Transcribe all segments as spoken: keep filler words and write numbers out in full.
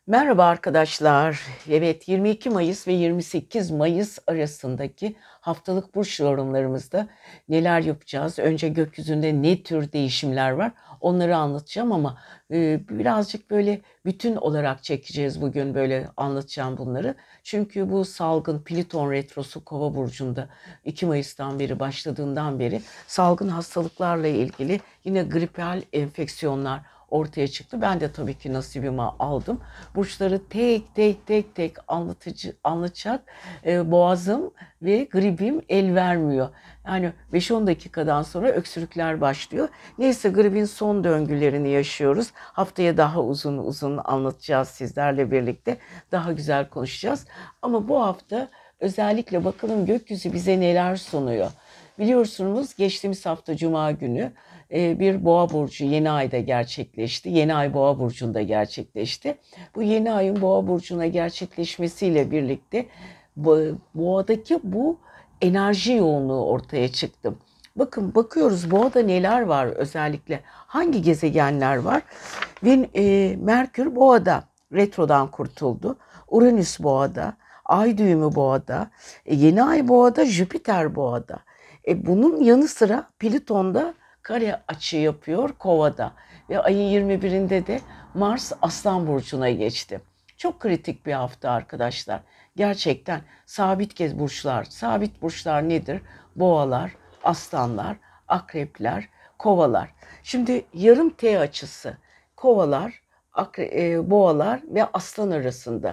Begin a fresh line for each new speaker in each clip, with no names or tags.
Merhaba arkadaşlar. Evet, yirmi iki Mayıs ve yirmi sekiz Mayıs arasındaki haftalık burç yorumlarımızda neler yapacağız? Önce gökyüzünde ne tür değişimler var? Onları anlatacağım ama e, birazcık böyle bütün olarak çekeceğiz bugün böyle anlatacağım bunları. Çünkü bu salgın Plüton retrosu Kova burcunda iki Mayıs'tan beri başladığından beri salgın hastalıklarla ilgili yine gripal enfeksiyonlar ortaya çıktı. Ben de tabii ki nasibimi aldım. Burçları tek tek tek tek anlatıcı anlatacak e, boğazım ve gribim el vermiyor. Yani beş on dakikadan sonra öksürükler başlıyor. Neyse gribin son döngülerini yaşıyoruz. Haftaya daha uzun uzun anlatacağız sizlerle birlikte. Daha güzel konuşacağız. Ama bu hafta özellikle bakalım gökyüzü bize neler sunuyor. Biliyorsunuz geçtiğimiz hafta Cuma günü e, bir boğa burcu yeni ayda gerçekleşti. Yeni ay boğa burcunda gerçekleşti. Bu yeni ayın boğa burcuna gerçekleşmesiyle birlikte boğadaki bu enerji yoğunluğu ortaya çıktı. Bakın bakıyoruz boğada neler var özellikle hangi gezegenler var? Ve e, Merkür boğada retrodan kurtuldu. Uranüs boğada, ay düğümü boğada, e, yeni ay boğada, Jüpiter boğada. E, bunun yanı sıra Plüton'da kare açı yapıyor Kova'da ve ayın yirmi birinde de Mars Aslan burcuna geçti. Çok kritik bir hafta arkadaşlar. Gerçekten sabit gez burçlar. Sabit burçlar nedir? Boğalar, aslanlar, akrepler, kovalar. Şimdi yarım T açısı kovalar, akre, e, boğalar ve aslan arasında.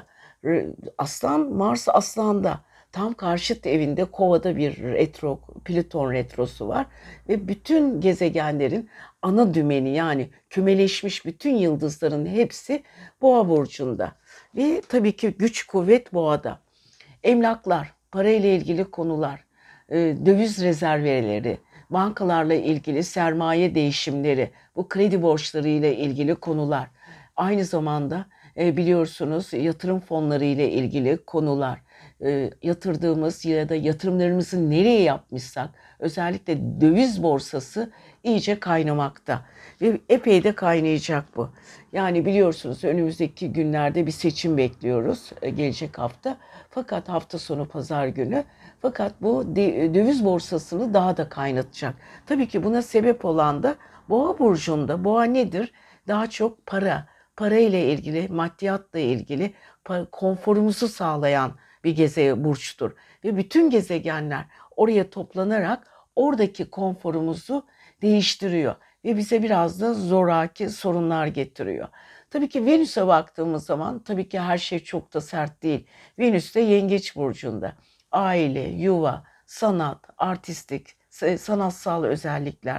Aslan Mars Aslan'da. Tam karşıt evinde Kova'da bir retro, Plüton retrosu var ve bütün gezegenlerin ana dümeni yani kümeleşmiş bütün yıldızların hepsi Boğa burcunda. Ve tabii ki güç kuvvet Boğa'da. Emlaklar, parayla ilgili konular, e, döviz rezervleri, bankalarla ilgili sermaye değişimleri, bu kredi borçları ile ilgili konular. Aynı zamanda e, biliyorsunuz yatırım fonları ile ilgili konular. E, yatırdığımız ya da yatırımlarımızı nereye yapmışsak özellikle döviz borsası iyice kaynamakta ve epey de kaynayacak bu. Yani biliyorsunuz önümüzdeki günlerde bir seçim bekliyoruz e, gelecek hafta. Fakat hafta sonu pazar günü fakat bu döviz borsasını daha da kaynatacak. Tabii ki buna sebep olan da Boğa burcunda. Boğa nedir? Daha çok para, para ile ilgili, maddiyatla ilgili konforumuzu sağlayan bir geze burçtur. Ve bütün gezegenler oraya toplanarak oradaki konforumuzu değiştiriyor. Ve bize biraz da zoraki sorunlar getiriyor. Tabii ki Venüs'e baktığımız zaman tabii ki her şey çok da sert değil. Venüs de Yengeç burcunda. Aile, yuva, sanat, artistik, sanatsal özellikler,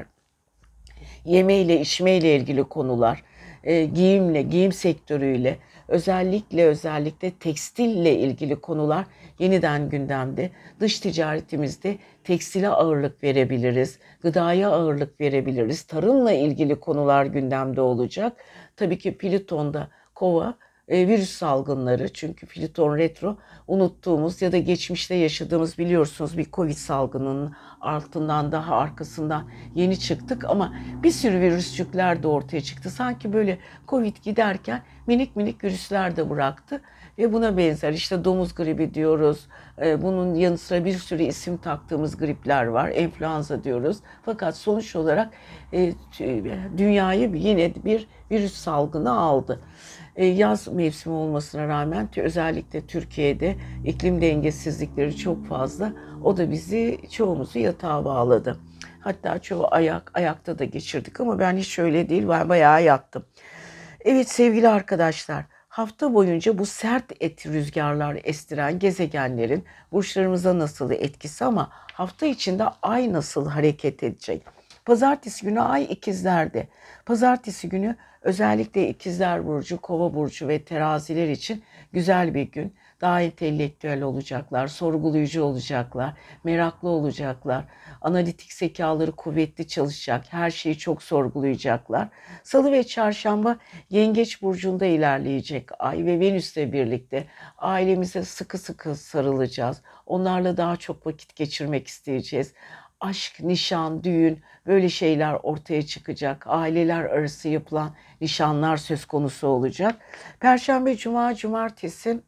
yemeyle, içmeyle ilgili konular, e, giyimle, giyim sektörüyle, özellikle özellikle tekstille ilgili konular yeniden gündemde. Dış ticaretimizde tekstile ağırlık verebiliriz, gıdaya ağırlık verebiliriz. Tarımla ilgili konular gündemde olacak. Tabii ki Plüton'da Kova e, virüs salgınları çünkü Plüton retro unuttuğumuz ya da geçmişte yaşadığımız biliyorsunuz bir Covid salgınının altından daha arkasından yeni çıktık ama bir sürü virüsçükler de ortaya çıktı. Sanki böyle Covid giderken minik minik virüsler de bıraktı ve buna benzer işte domuz gribi diyoruz. E, bunun yanı sıra bir sürü isim taktığımız gripler var. Enfluenza diyoruz. Fakat sonuç olarak e, dünyayı yine bir virüs salgını aldı. E, yaz mevsimi olmasına rağmen özellikle Türkiye'de iklim dengesizlikleri çok fazla. O da bizi çoğumuzu yatağa bağladı. Hatta çoğu ayak, ayakta da geçirdik ama ben hiç öyle değil. Ben bayağı yattım. Evet sevgili arkadaşlar, hafta boyunca bu sert et rüzgarlar estiren gezegenlerin burçlarımıza nasıl etkisi ama hafta içinde ay nasıl hareket edecek? Pazartesi günü ay ikizlerde. Pazartesi günü özellikle ikizler burcu, kova burcu ve teraziler için güzel bir gün. Daha entelektüel olacaklar, sorgulayıcı olacaklar, meraklı olacaklar. Analitik zekaları kuvvetli çalışacak, her şeyi çok sorgulayacaklar. Salı ve çarşamba Yengeç burcunda ilerleyecek ay ve Venüs'le birlikte ailemize sıkı sıkı sarılacağız. Onlarla daha çok vakit geçirmek isteyeceğiz. aşk, nişan, düğün böyle şeyler ortaya çıkacak. Aileler arası yapılan nişanlar söz konusu olacak. Perşembe, Cuma, Cumartesi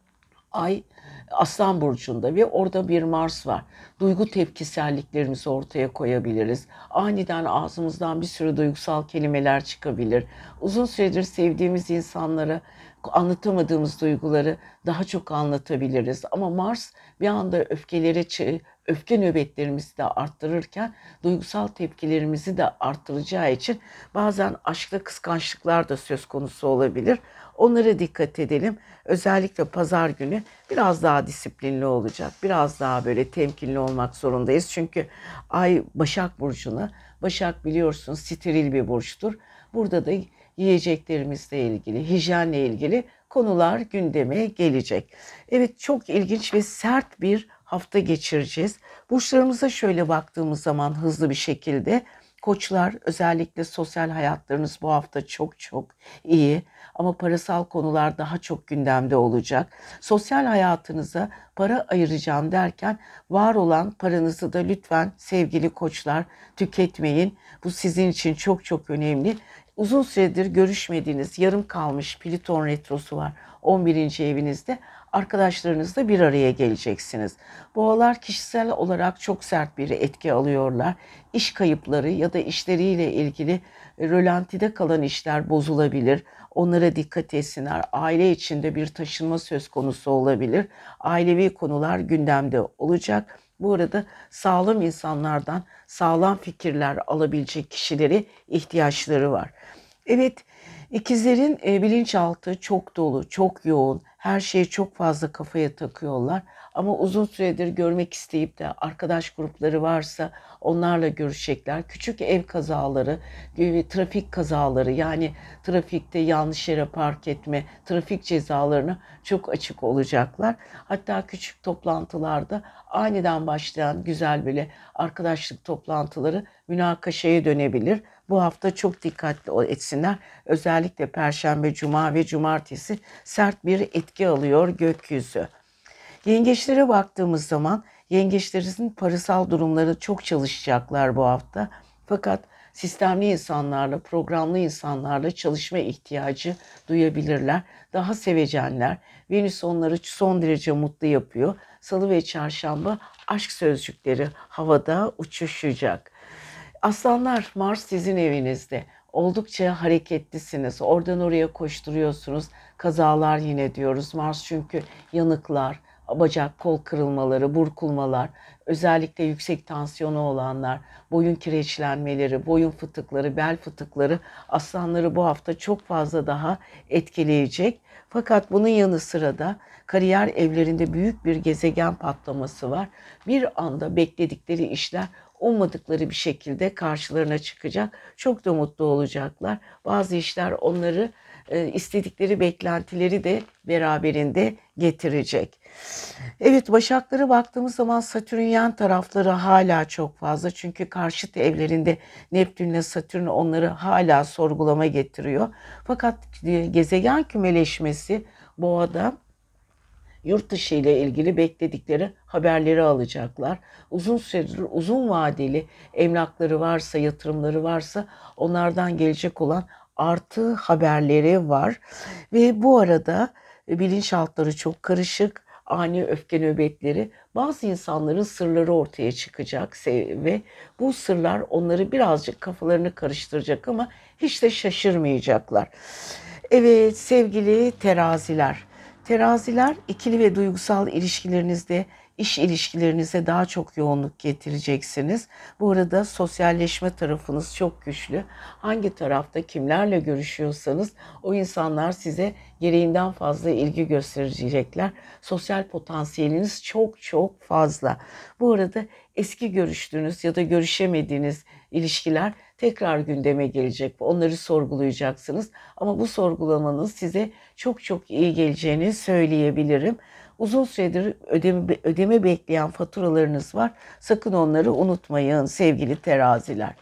Ay Aslan Burcu'nda ve orada bir Mars var. Duygu tepkiselliklerimizi ortaya koyabiliriz. Aniden ağzımızdan bir sürü duygusal kelimeler çıkabilir. Uzun süredir sevdiğimiz insanlara anlatamadığımız duyguları daha çok anlatabiliriz. Ama Mars bir anda öfkeleri, öfke nöbetlerimizi de arttırırken duygusal tepkilerimizi de arttıracağı için bazen aşkta kıskançlıklar da söz konusu olabilir. Onlara dikkat edelim. Özellikle pazar günü biraz daha disiplinli olacak. Biraz daha böyle temkinli olmak zorundayız. Çünkü Ay Başak Burcu'na, Başak biliyorsunuz steril bir burçtur. Burada da yiyeceklerimizle ilgili, hijyenle ilgili konular gündeme gelecek. Evet, çok ilginç ve sert bir hafta geçireceğiz. Burçlarımıza şöyle baktığımız zaman hızlı bir şekilde Koçlar, özellikle sosyal hayatlarınız bu hafta çok çok iyi ama parasal konular daha çok gündemde olacak. Sosyal hayatınıza para ayıracağım derken var olan paranızı da lütfen sevgili Koçlar tüketmeyin. Bu sizin için çok çok önemli. Uzun süredir görüşmediğiniz, yarım kalmış Plüton retrosu var on birinci evinizde. Arkadaşlarınızla bir araya geleceksiniz. Boğalar kişisel olarak çok sert bir etki alıyorlar. İş kayıpları ya da işleriyle ilgili rölantide kalan işler bozulabilir. Onlara dikkat etsinler. Aile içinde bir taşınma söz konusu olabilir. Ailevi konular gündemde olacak. Bu arada sağlam insanlardan sağlam fikirler alabilecek kişilere ihtiyaçları var. Evet, ikizlerin e, bilinçaltı çok dolu, çok yoğun. Her şeyi çok fazla kafaya takıyorlar. Ama uzun süredir görmek isteyip de arkadaş grupları varsa onlarla görüşecekler. Küçük ev kazaları, e, trafik kazaları, yani trafikte yanlış yere park etme, trafik cezalarına çok açık olacaklar. Hatta küçük toplantılarda aniden başlayan güzel böyle arkadaşlık toplantıları münakaşaya dönebilir. Bu hafta çok dikkatli etsinler. Özellikle Perşembe, Cuma ve Cumartesi sert bir etki alıyor gökyüzü. Yengeçlere baktığımız zaman yengeçlerin parasal durumları çok çalışacaklar bu hafta. Fakat sistemli insanlarla, programlı insanlarla çalışma ihtiyacı duyabilirler. Daha sevecenler. Venüs onları son derece mutlu yapıyor. Salı ve çarşamba aşk sözcükleri havada uçuşacak. Aslanlar, Mars sizin evinizde. Oldukça hareketlisiniz. Oradan oraya koşturuyorsunuz. Kazalar yine diyoruz. Mars çünkü yanıklar, bacak kol kırılmaları, burkulmalar, özellikle yüksek tansiyonu olanlar, boyun kireçlenmeleri, boyun fıtıkları, bel fıtıkları aslanları bu hafta çok fazla daha etkileyecek. Fakat bunun yanı sıra da kariyer evlerinde büyük bir gezegen patlaması var. Bir anda bekledikleri işler ummadıkları bir şekilde karşılarına çıkacak. Çok da mutlu olacaklar. Bazı işler onları istedikleri beklentileri de beraberinde getirecek. Evet, Başaklara baktığımız zaman Satürnyen tarafları hala çok fazla. Çünkü karşıt evlerinde Neptünle Satürn onları hala sorgulama getiriyor. Fakat gezegen kümeleşmesi Boğa'da yurt dışı ile ilgili bekledikleri haberleri alacaklar. Uzun süredir uzun vadeli emlakları varsa, yatırımları varsa onlardan gelecek olan artı haberleri var. Ve bu arada bilinçaltları çok karışık, ani öfke nöbetleri, bazı insanların sırları ortaya çıkacak ve bu sırlar onları birazcık kafalarını karıştıracak ama hiç de şaşırmayacaklar. Evet sevgili teraziler. Teraziler ikili ve duygusal ilişkilerinizde, iş ilişkilerinize daha çok yoğunluk getireceksiniz. Bu arada sosyalleşme tarafınız çok güçlü. Hangi tarafta kimlerle görüşüyorsanız o insanlar size gereğinden fazla ilgi gösterecekler. Sosyal potansiyeliniz çok çok fazla. Bu arada eski görüştüğünüz ya da görüşemediğiniz ilişkiler tekrar gündeme gelecek. Onları sorgulayacaksınız. Ama bu sorgulamanız size çok çok iyi geleceğini söyleyebilirim. Uzun süredir ödeme, ödeme bekleyen faturalarınız var. Sakın onları unutmayın sevgili teraziler.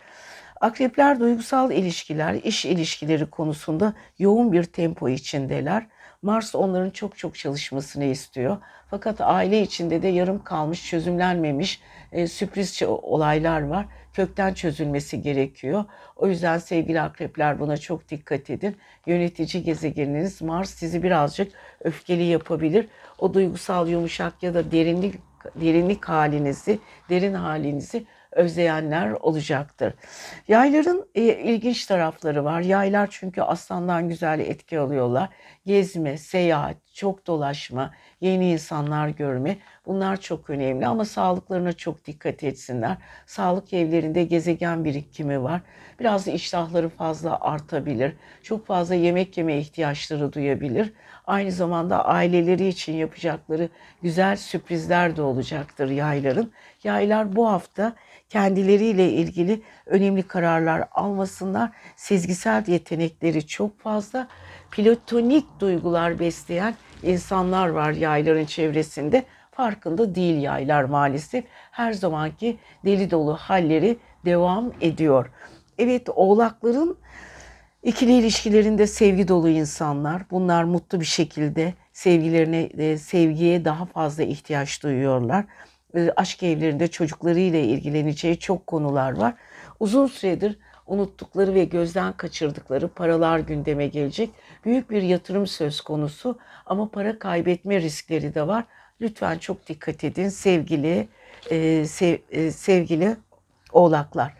Akrepler duygusal ilişkiler, iş ilişkileri konusunda yoğun bir tempo içindeler. Mars onların çok çok çalışmasını istiyor. Fakat aile içinde de yarım kalmış, çözümlenmemiş e, sürpriz olaylar var. Kökten çözülmesi gerekiyor. O yüzden sevgili akrepler buna çok dikkat edin. Yönetici gezegeniniz Mars sizi birazcık öfkeli yapabilir. O duygusal yumuşak ya da derinlik derinlik halinizi, derin halinizi özleyenler olacaktır. Yayların e, ilginç tarafları var. Yaylar çünkü aslandan güzel etki alıyorlar. Gezme, seyahat, çok dolaşma, yeni insanlar görme, bunlar çok önemli ama sağlıklarına çok dikkat etsinler. Sağlık evlerinde gezegen birikimi var. Biraz da iştahları fazla artabilir. Çok fazla yemek yeme ihtiyaçları duyabilir. Aynı zamanda aileleri için yapacakları güzel sürprizler de olacaktır yayların. Yaylar bu hafta kendileriyle ilgili önemli kararlar almasınlar. Sezgisel yetenekleri çok fazla. Platonik duygular besleyen insanlar var yayların çevresinde. Farkında değil yaylar maalesef. Her zamanki deli dolu halleri devam ediyor. Evet, oğlakların ikili ilişkilerinde sevgi dolu insanlar. Bunlar mutlu bir şekilde sevgilerine, sevgiye daha fazla ihtiyaç duyuyorlar. Aşk evlerinde çocuklarıyla ilgileneceği çok konular var. Uzun süredir unuttukları ve gözden kaçırdıkları paralar gündeme gelecek. Büyük bir yatırım söz konusu ama para kaybetme riskleri de var. Lütfen çok dikkat edin sevgili e, sev, e, sevgili oğlaklar.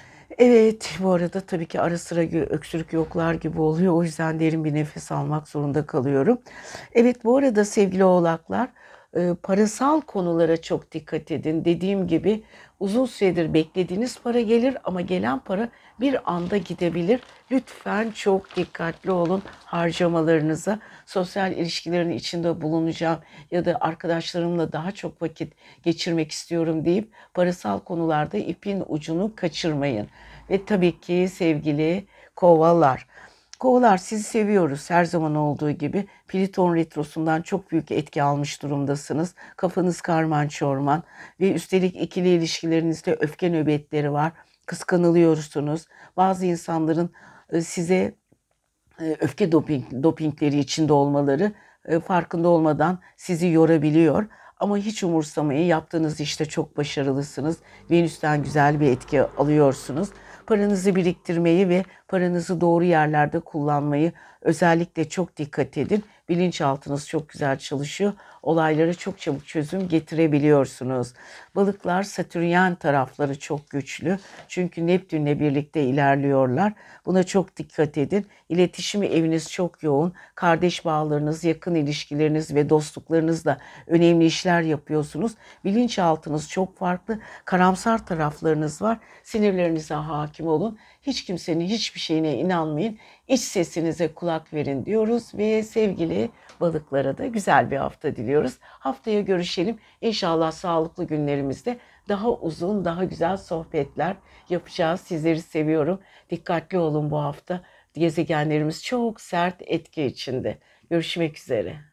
Evet, bu arada tabii ki ara sıra öksürük yoklar gibi oluyor. O yüzden derin bir nefes almak zorunda kalıyorum. Evet, bu arada sevgili oğlaklar, e, parasal konulara çok dikkat edin. Dediğim gibi uzun süredir beklediğiniz para gelir ama gelen para bir anda gidebilir. Lütfen çok dikkatli olun harcamalarınıza. Sosyal ilişkilerin içinde bulunacağım ya da arkadaşlarımla daha çok vakit geçirmek istiyorum deyip parasal konularda ipin ucunu kaçırmayın. Ve tabii ki sevgili kovalar. Kovalar, sizi seviyoruz her zaman olduğu gibi. Plüton retrosundan çok büyük etki almış durumdasınız. Kafanız karman çorman ve üstelik ikili ilişkilerinizde öfke nöbetleri var. Kıskanılıyorsunuz. Bazı insanların e, size e, öfke doping, dopingleri içinde olmaları e, farkında olmadan sizi yorabiliyor. Ama hiç umursamayın, yaptığınız işte çok başarılısınız. Venüs'ten güzel bir etki alıyorsunuz. Paranızı biriktirmeyi ve paranızı doğru yerlerde kullanmayı özellikle çok dikkat edin. Bilinçaltınız çok güzel çalışıyor. Olaylara çok çabuk çözüm getirebiliyorsunuz. Balıklar, Satürnyen tarafları çok güçlü. Çünkü Neptün'le birlikte ilerliyorlar. Buna çok dikkat edin. İletişim eviniz çok yoğun. Kardeş bağlarınız, yakın ilişkileriniz ve dostluklarınızla önemli işler yapıyorsunuz. Bilinçaltınız çok farklı. Karamsar taraflarınız var. Sinirlerinize hakim olun. Hiç kimsenin hiçbir şeyine inanmayın. İç sesinize kulak verin diyoruz ve sevgili balıklara da güzel bir hafta diliyoruz. Haftaya görüşelim. İnşallah sağlıklı günlerimizde daha uzun, daha güzel sohbetler yapacağız. Sizleri seviyorum. Dikkatli olun bu hafta. Gezegenlerimiz çok sert etki içinde. Görüşmek üzere.